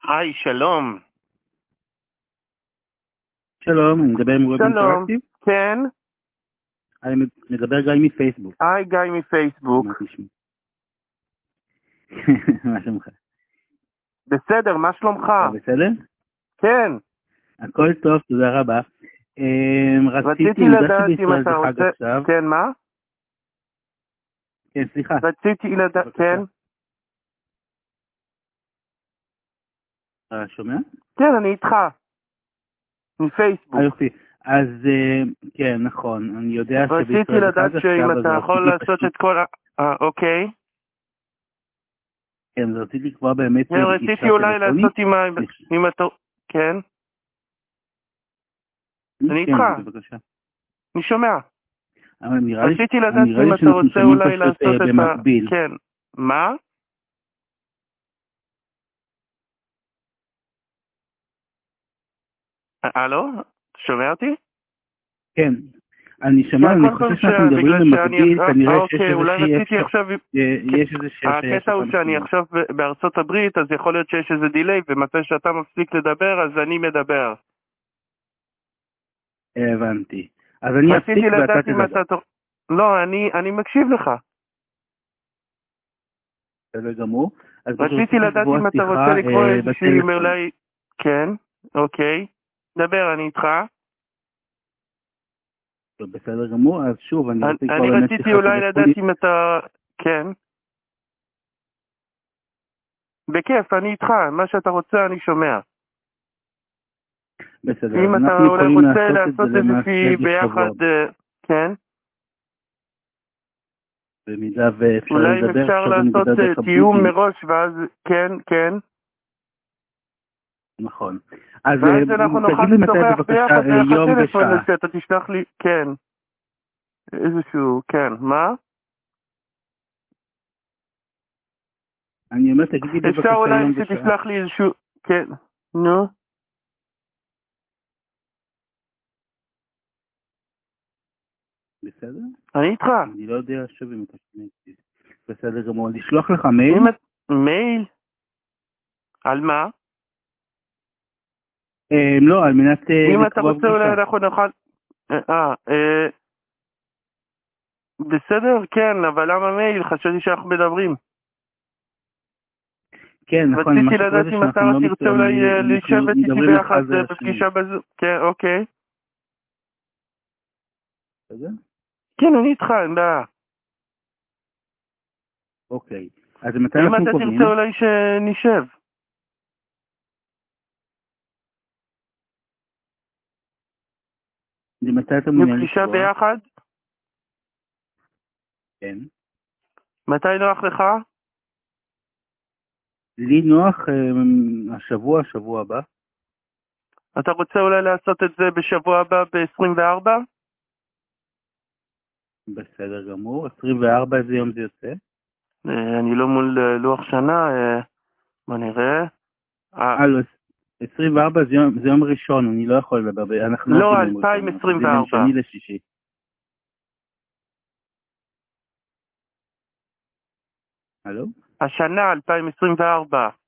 היי, שלום. שלום, אני מדבר עם רובין שלום. אינטראקטיב. כן? אני מדבר גיא מפייסבוק. היי, גיא מפייסבוק. מה תשמע? מה שלומך? בסדר, מה שלומך? אתה בסדר? כן. הכל טוב, תודה רבה. רציתי אני יודע לדעת אם שבישראל אתה זה חג רוצה... עכשיו. כן, מה? כן, סליחה, רציתי לדעת... בבקשה. כן? אתה שומע? כן, אני איתך. מפייסבוק. יופי. אז כן, נכון, אני יודע רציתי שבישראל זה לדעת חג שאם עכשיו, אז אתה יכול רציתי לעשות פשוט, את כל אוקיי. כן, אז רציתי לקבוע באמת כן, רציתי פגישה אולי טלפונית. לעשות עם אתה... כן? אני איתך. כן, בבקשה. אני שומע. אבל רציתי לדעת נראה אם לי אתה שאנחנו רוצה שומעים אולי פשוט לעשות את במקביל. כן. מה? הלו? שומע אותי? כן, אני שמע, כן, אני כל פעם חושב שאנחנו מדברים בגלל שאני במקביל, כנראה שיש אוקיי, אולי איזושהי רציתי עכשיו, יש איזושהי השעיה הקטע שאתה הוא שאני משמיע. עכשיו בארצות הברית, אז יכול להיות שיש איזה דיליי, ומתי שאתה מפסיק לדבר, אז אני מדבר. הבנתי. אז אני רציתי אפסיק ואתה לדעת אם תדבר. אתה... לא, אני מקשיב לך. בסדר גמור. אז פשוט רציתי רציתי לדעת לקבוע אם אתה רוצה שיחה לקבוע איזושהי, בטלפון. אולי... כן, אוקיי. דבר, אני איתך. בסדר גמור, אז שוב, אני רוצה לקבוע אני באמת רציתי שיחה אולי לדעת טלפונית. אם אתה... כן. בכיף, אני איתך. מה שאתה רוצה, אני שומע. בסדר, אז אם אתה אנחנו אולי יכולים רוצה לעשות את זה לעשות למעשה איזושהי בשבוע, ביחד, כן? במידה ואפשר אולי אם לדבר. אפשר עכשיו אני לעשות מדבר דרך תיאום הבלוטות'. מראש, ואז כן, כן. נכון. אז ואז אנחנו נוכל תגיד לי מתי לשוחח בבקשה ביחד דרך יום הטלפון, ושעה. שאתה תשלח לי, כן, איזשהו, כן, מה? אני אומר, תגיד לי אפשר בבקשה אולי יום ושעה. שתשלח לי איזשהו, כן, נו, בסדר? אני איתך. אני לא יודע שוב אם אתה שומע אותי. בסדר גמור. לשלוח לך מייל? אם את, מייל? על מה? לא, על מנת אם אתה לקבוע רוצה אולי פגישה. אנחנו נוכל, בסדר, כן, אבל למה מייל? חשבתי שאנחנו מדברים. כן, נכון, מה רציתי שקורה לדעת זה אם אתה שאנחנו לא לא תרצה אולי אנחנו לשבת איתי מדברים ביחד אחד זה לשני. בפגישה בזו, כן, אוקיי. בסדר? כן, אני איתך, אין בעיה. אוקיי. אז מתי אם אנחנו אתה תרצה קובעים? אולי שנשב. מתי אתה מעוניין לפגישה לקבוע? ביחד? כן. מתי נוח לך? לי נוח שבוע הבא. אתה רוצה אולי לעשות את זה בשבוע הבא ב-24? בסדר גמור. 24 איזה יום זה יוצא? אני לא מול לוח שנה, בוא נראה. לא, 24 זה יום ראשון, אני לא יכול לדבר, אנחנו לא לא, עובדים יום ראשון, אנחנו עובדים בין 2024. שני לשישי. הלו? השנה 2024.